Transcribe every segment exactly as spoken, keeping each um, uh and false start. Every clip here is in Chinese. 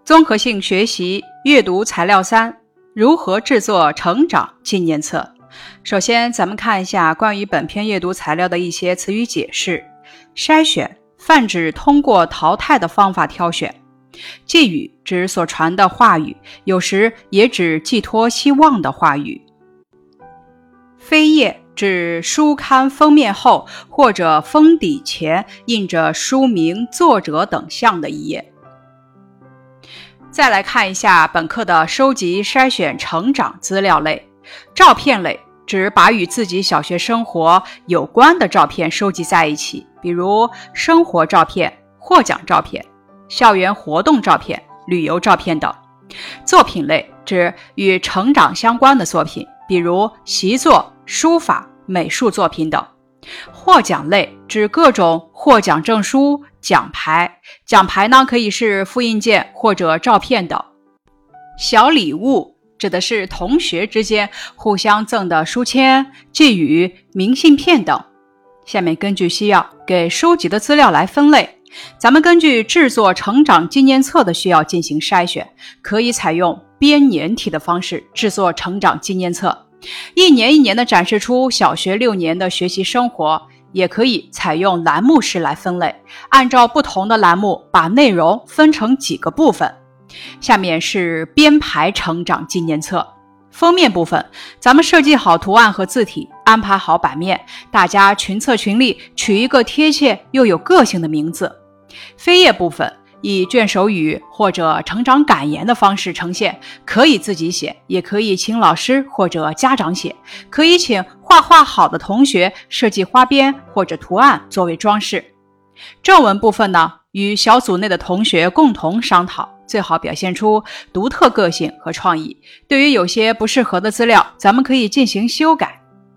综合性学习阅读材料三：如何制作成长纪念册。首先，咱们看一下关于本篇阅读材料的一些词语解释。筛选，泛指通过淘汰的方法挑选。寄语，指所传的话语，有时也指寄托希望的话语。扉页，指书刊封面后或者封底前印着书名、作者等项的一页。再来看一下本课的收集筛选成长资料类。照片类，指把与自己小学生活有关的照片收集在一起，比如生活照片、获奖照片、校园活动照片、旅游照片等。作品类，指与成长相关的作品，比如习作、书法、美术作品等。获奖类，指各种获奖证书、奖牌，奖牌呢可以是复印件或者照片等。小礼物，指的是同学之间互相赠的书签、寄语、明信片等。下面根据需要给收集的资料来分类，咱们根据制作成长纪念册的需要进行筛选，可以采用编年体的方式制作成长纪念册，一年一年的展示出小学六年的学习生活，也可以采用栏目式来分类，按照不同的栏目把内容分成几个部分。下面是编排成长纪念册。封面部分，咱们设计好图案和字体，安排好版面，大家群策群力取一个贴切又有个性的名字。扉页部分，以卷首语或者成长感言的方式呈现，可以自己写，也可以请老师或者家长写，可以请画画好的同学设计花边或者图案作为装饰。正文部分呢，与小组内的同学共同商讨，最好表现出独特个性和创意。对于有些不适合的资料，咱们可以进行修改。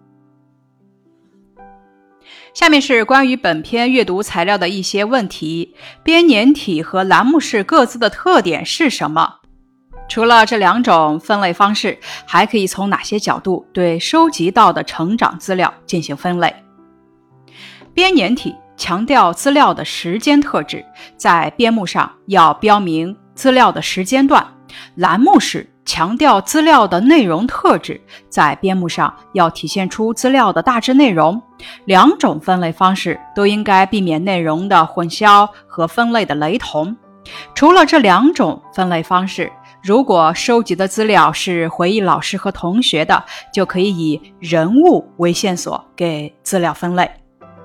下面是关于本篇阅读材料的一些问题。编年体和栏目式各自的特点是什么？除了这两种分类方式，还可以从哪些角度对收集到的成长资料进行分类？编年体强调资料的时间特质，在编目上要标明资料的时间段。栏目式强调资料的内容特质，在编目上要体现出资料的大致内容。两种分类方式都应该避免内容的混淆和分类的雷同。除了这两种分类方式，如果收集的资料是回忆老师和同学的，就可以以人物为线索给资料分类。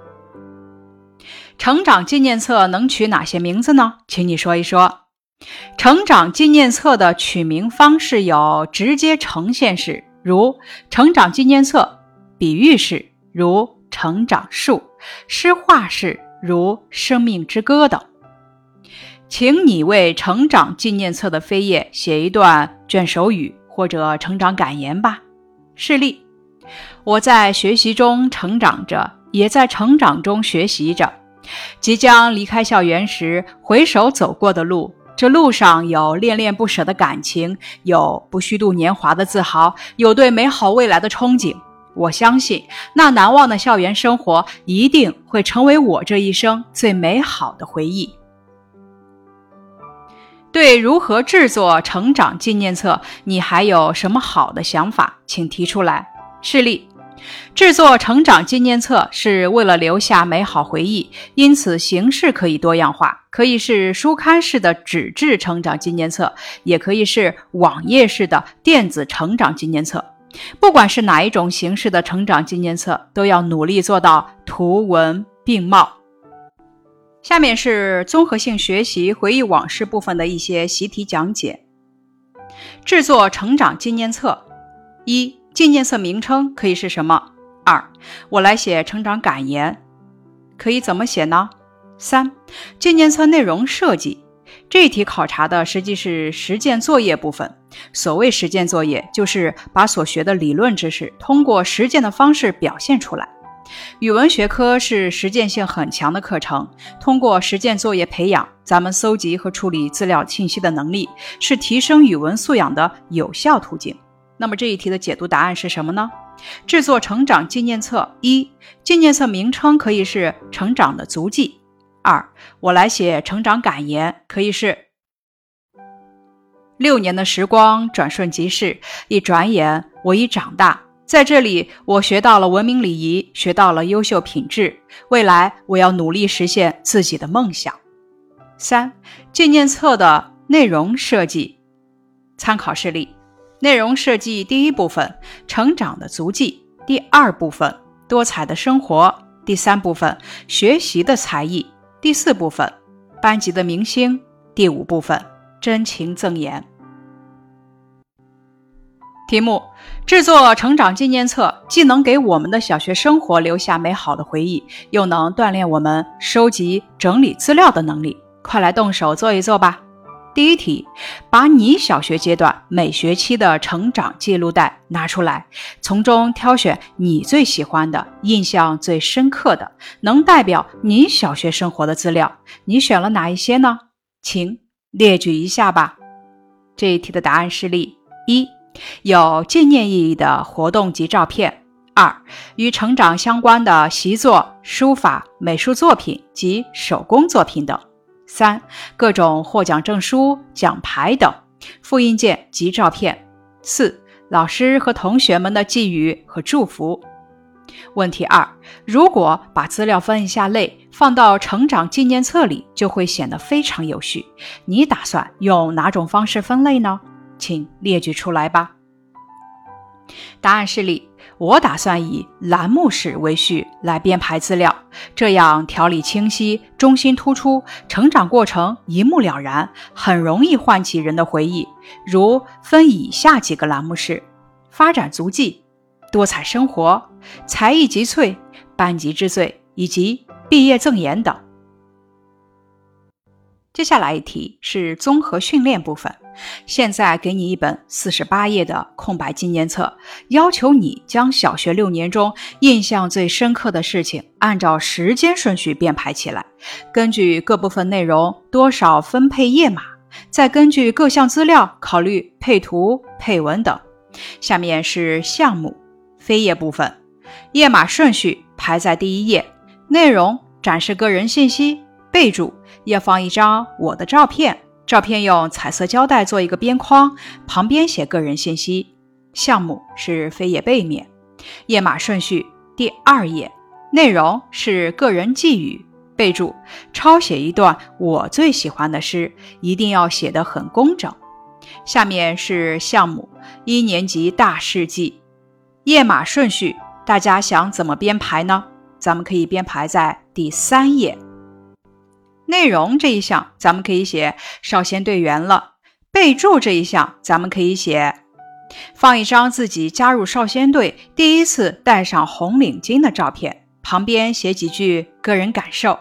成长纪念册能取哪些名字呢？请你说一说。成长纪念册的取名方式有直接呈现式，如成长纪念册；比喻式，如成长树；诗化式，如生命之歌等。请你为成长纪念册的扉页写一段卷首语或者成长感言吧。示例：我在学习中成长着，也在成长中学习着。即将离开校园时，回首走过的路，这路上有恋恋不舍的感情，有不虚度年华的自豪，有对美好未来的憧憬。我相信那难忘的校园生活一定会成为我这一生最美好的回忆。对如何制作成长纪念册，你还有什么好的想法？请提出来。示例：制作成长纪念册是为了留下美好回忆，因此形式可以多样化，可以是书刊式的纸质成长纪念册，也可以是网页式的电子成长纪念册。不管是哪一种形式的成长纪念册，都要努力做到图文并茂。下面是综合性学习回忆往事部分的一些习题讲解。制作成长纪念册。一、纪念册名称可以是什么？二、我来写成长感言，可以怎么写呢？三、纪念册内容设计。这一题考察的实际是实践作业部分。所谓实践作业，就是把所学的理论知识通过实践的方式表现出来。语文学科是实践性很强的课程，通过实践作业培养咱们搜集和处理资料信息的能力，是提升语文素养的有效途径。那么这一题的解读答案是什么呢？制作成长纪念册。一、纪念册名称可以是成长的足迹。二、我来写成长感言，可以是六年的时光转瞬即逝，一转眼我已长大。在这里，我学到了文明礼仪，学到了优秀品质。未来，我要努力实现自己的梦想。三、纪念册的内容设计。参考事例：内容设计第一部分，成长的足迹；第二部分，多彩的生活；第三部分，学习的才艺；第四部分，班级的明星；第五部分，真情赠言。题目：制作成长纪念册，既能给我们的小学生活留下美好的回忆，又能锻炼我们收集整理资料的能力。快来动手做一做吧。第一题，把你小学阶段每学期的成长记录带拿出来，从中挑选你最喜欢的、印象最深刻的、能代表你小学生活的资料。你选了哪一些呢？请列举一下吧。这一题的答案是例：一、有纪念意义的活动及照片；二、与成长相关的习作、书法、美术作品及手工作品等；三、各种获奖证书、奖牌等，复印件及照片；四、老师和同学们的寄语和祝福。问题二，如果把资料分一下类，放到成长纪念册里，就会显得非常有序。你打算用哪种方式分类呢？请列举出来吧。答案是例：我打算以栏目式为序来编排资料，这样条理清晰，中心突出，成长过程一目了然，很容易唤起人的回忆。如分以下几个栏目式：发展足迹、多彩生活、才艺集萃、班级之最以及毕业赠言等。接下来一题是综合训练部分。现在给你一本四十八页的空白纪念册，要求你将小学六年中印象最深刻的事情按照时间顺序编排起来，根据各部分内容多少分配页码，再根据各项资料考虑配图、配文等。下面是项目扉页部分，页码顺序排在第一页，内容展示个人信息，备注要放一张我的照片，照片用彩色胶带做一个边框，旁边写个人信息。项目是扉页背面，页码顺序第二页，内容是个人寄语，备注抄写一段我最喜欢的诗，一定要写得很工整。下面是项目一年级大事记，页码顺序大家想怎么编排呢？咱们可以编排在第三页。内容这一项咱们可以写少先队员了，备注这一项咱们可以写放一张自己加入少先队第一次戴上红领巾的照片，旁边写几句个人感受。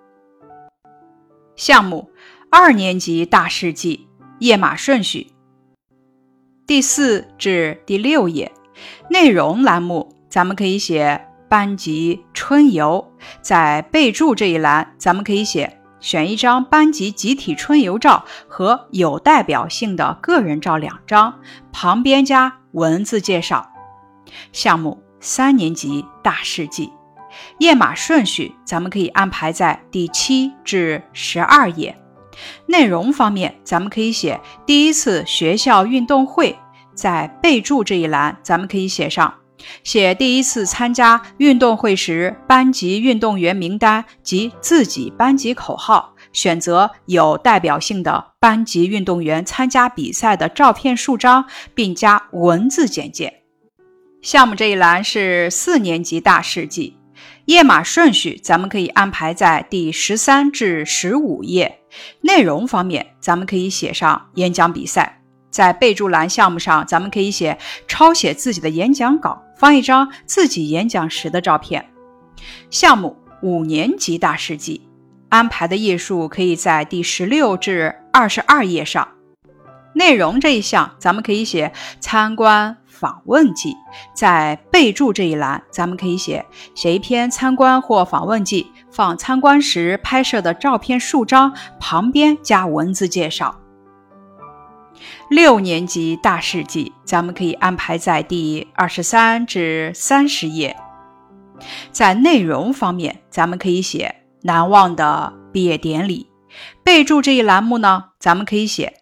项目二年级大事记，页码顺序第四至第六页，内容栏目咱们可以写班级春游，在备注这一栏咱们可以写选一张班级集体春游照和有代表性的个人照两张，旁边加文字介绍。项目三年级大事记，页码顺序咱们可以安排在第七至十二页。内容方面咱们可以写第一次学校运动会，在备注这一栏咱们可以写上写第一次参加运动会时班级运动员名单及自己班级口号，选择有代表性的班级运动员参加比赛的照片数张，并加文字简介。项目这一栏是四年级大事记，页码顺序咱们可以安排在第十三至十五页。内容方面咱们可以写上演讲比赛，在备注栏项目上咱们可以写抄写自己的演讲稿，放一张自己演讲时的照片。项目五年级大事记，安排的页数可以在第十六至二十二页上。内容这一项咱们可以写参观访问记，在备注这一栏咱们可以写写一篇参观或访问记，放参观时拍摄的照片数张，旁边加文字介绍。六年级大事记咱们可以安排在第二十三至三十页。在内容方面咱们可以写难忘的毕业典礼。备注这一栏目呢，咱们可以写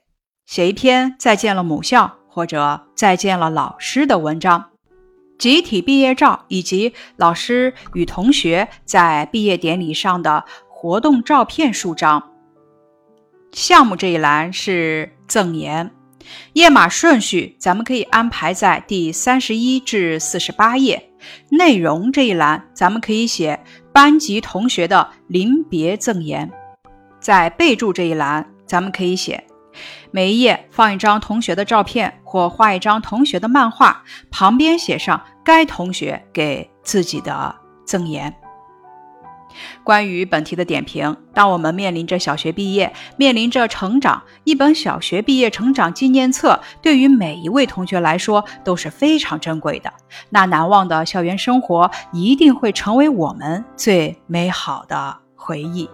写一篇再见了母校或者再见了老师的文章，集体毕业照以及老师与同学在毕业典礼上的活动照片数张。项目这一栏是赠言，页码顺序咱们可以安排在第三十一至四十八页。内容这一栏咱们可以写班级同学的临别赠言。在备注这一栏咱们可以写每一页放一张同学的照片或画一张同学的漫画，旁边写上该同学给自己的赠言。关于本题的点评，当我们面临着小学毕业，面临着成长，一本小学毕业成长纪念册对于每一位同学来说都是非常珍贵的。那难忘的校园生活一定会成为我们最美好的回忆。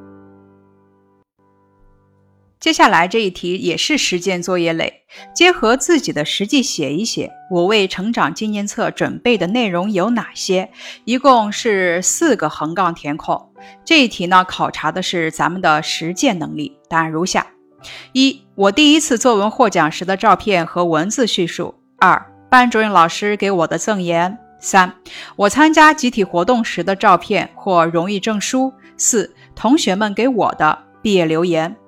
接下来这一题也是实践作业类，结合自己的实际写一写我为成长纪念册准备的内容有哪些，一共是四个横杠填空。这一题呢，考察的是咱们的实践能力，答案如下：一、我第一次作文获奖时的照片和文字叙述；二、班主任老师给我的赠言；三、我参加集体活动时的照片或荣誉证书；四、同学们给我的毕业留言。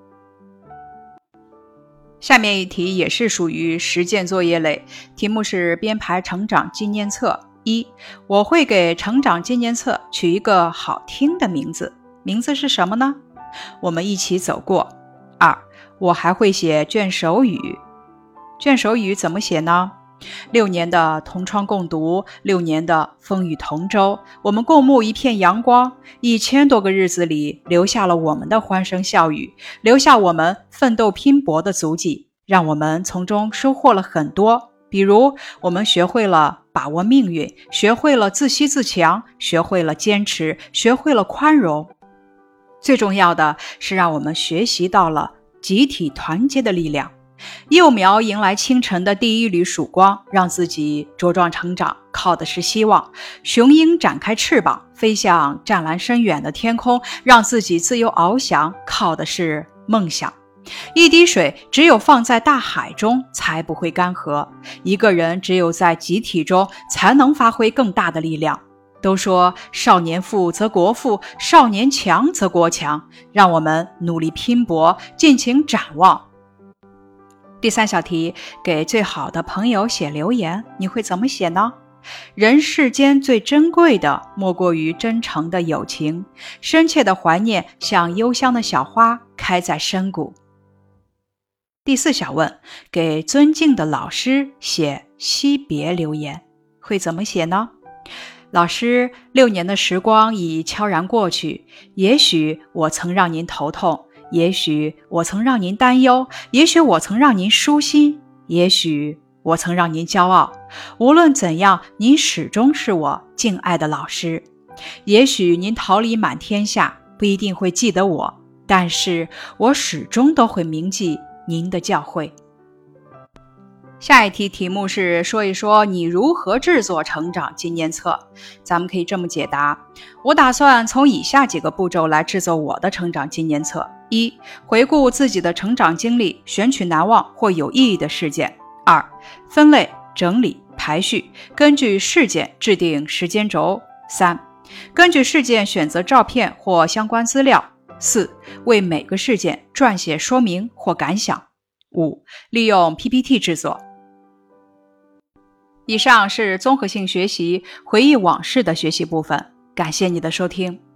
下面一题也是属于实践作业类，题目是编排成长纪念册。一、我会给成长纪念册取一个好听的名字，名字是什么呢？我们一起走过。二、我还会写卷首语，卷首语怎么写呢？六年的同窗共读，六年的风雨同舟，我们共沐一片阳光，一千多个日子里留下了我们的欢声笑语，留下我们奋斗拼搏的足迹，让我们从中收获了很多。比如我们学会了把握命运，学会了自惜自强，学会了坚持，学会了宽容。最重要的是让我们学习到了集体团结的力量。幼苗迎来清晨的第一缕曙光，让自己茁壮成长，靠的是希望。雄鹰展开翅膀，飞向湛蓝深远的天空，让自己自由翱翔，靠的是梦想。一滴水只有放在大海中才不会干涸，一个人只有在集体中才能发挥更大的力量。都说少年富则国富，少年强则国强，让我们努力拼搏，尽情展望。第三小题，给最好的朋友写留言，你会怎么写呢？人世间最珍贵的莫过于真诚的友情，深切的怀念像幽香的小花开在深谷。第四小问，给尊敬的老师写惜别留言，会怎么写呢？老师，六年的时光已悄然过去，也许我曾让您头痛，也许我曾让您担忧，也许我曾让您舒心，也许我曾让您骄傲。无论怎样，您始终是我敬爱的老师。也许您桃李满天下，不一定会记得我，但是我始终都会铭记您的教诲。下一题题目是说一说你如何制作成长纪念册。咱们可以这么解答：我打算从以下几个步骤来制作我的成长纪念册。一、回顾自己的成长经历，选取难忘或有意义的事件。二、分类、整理、排序，根据事件制定时间轴。三、根据事件选择照片或相关资料。四、为每个事件撰写说明或感想。五、利用 P P T 制作。以上是综合性学习回忆往事的学习部分，感谢你的收听。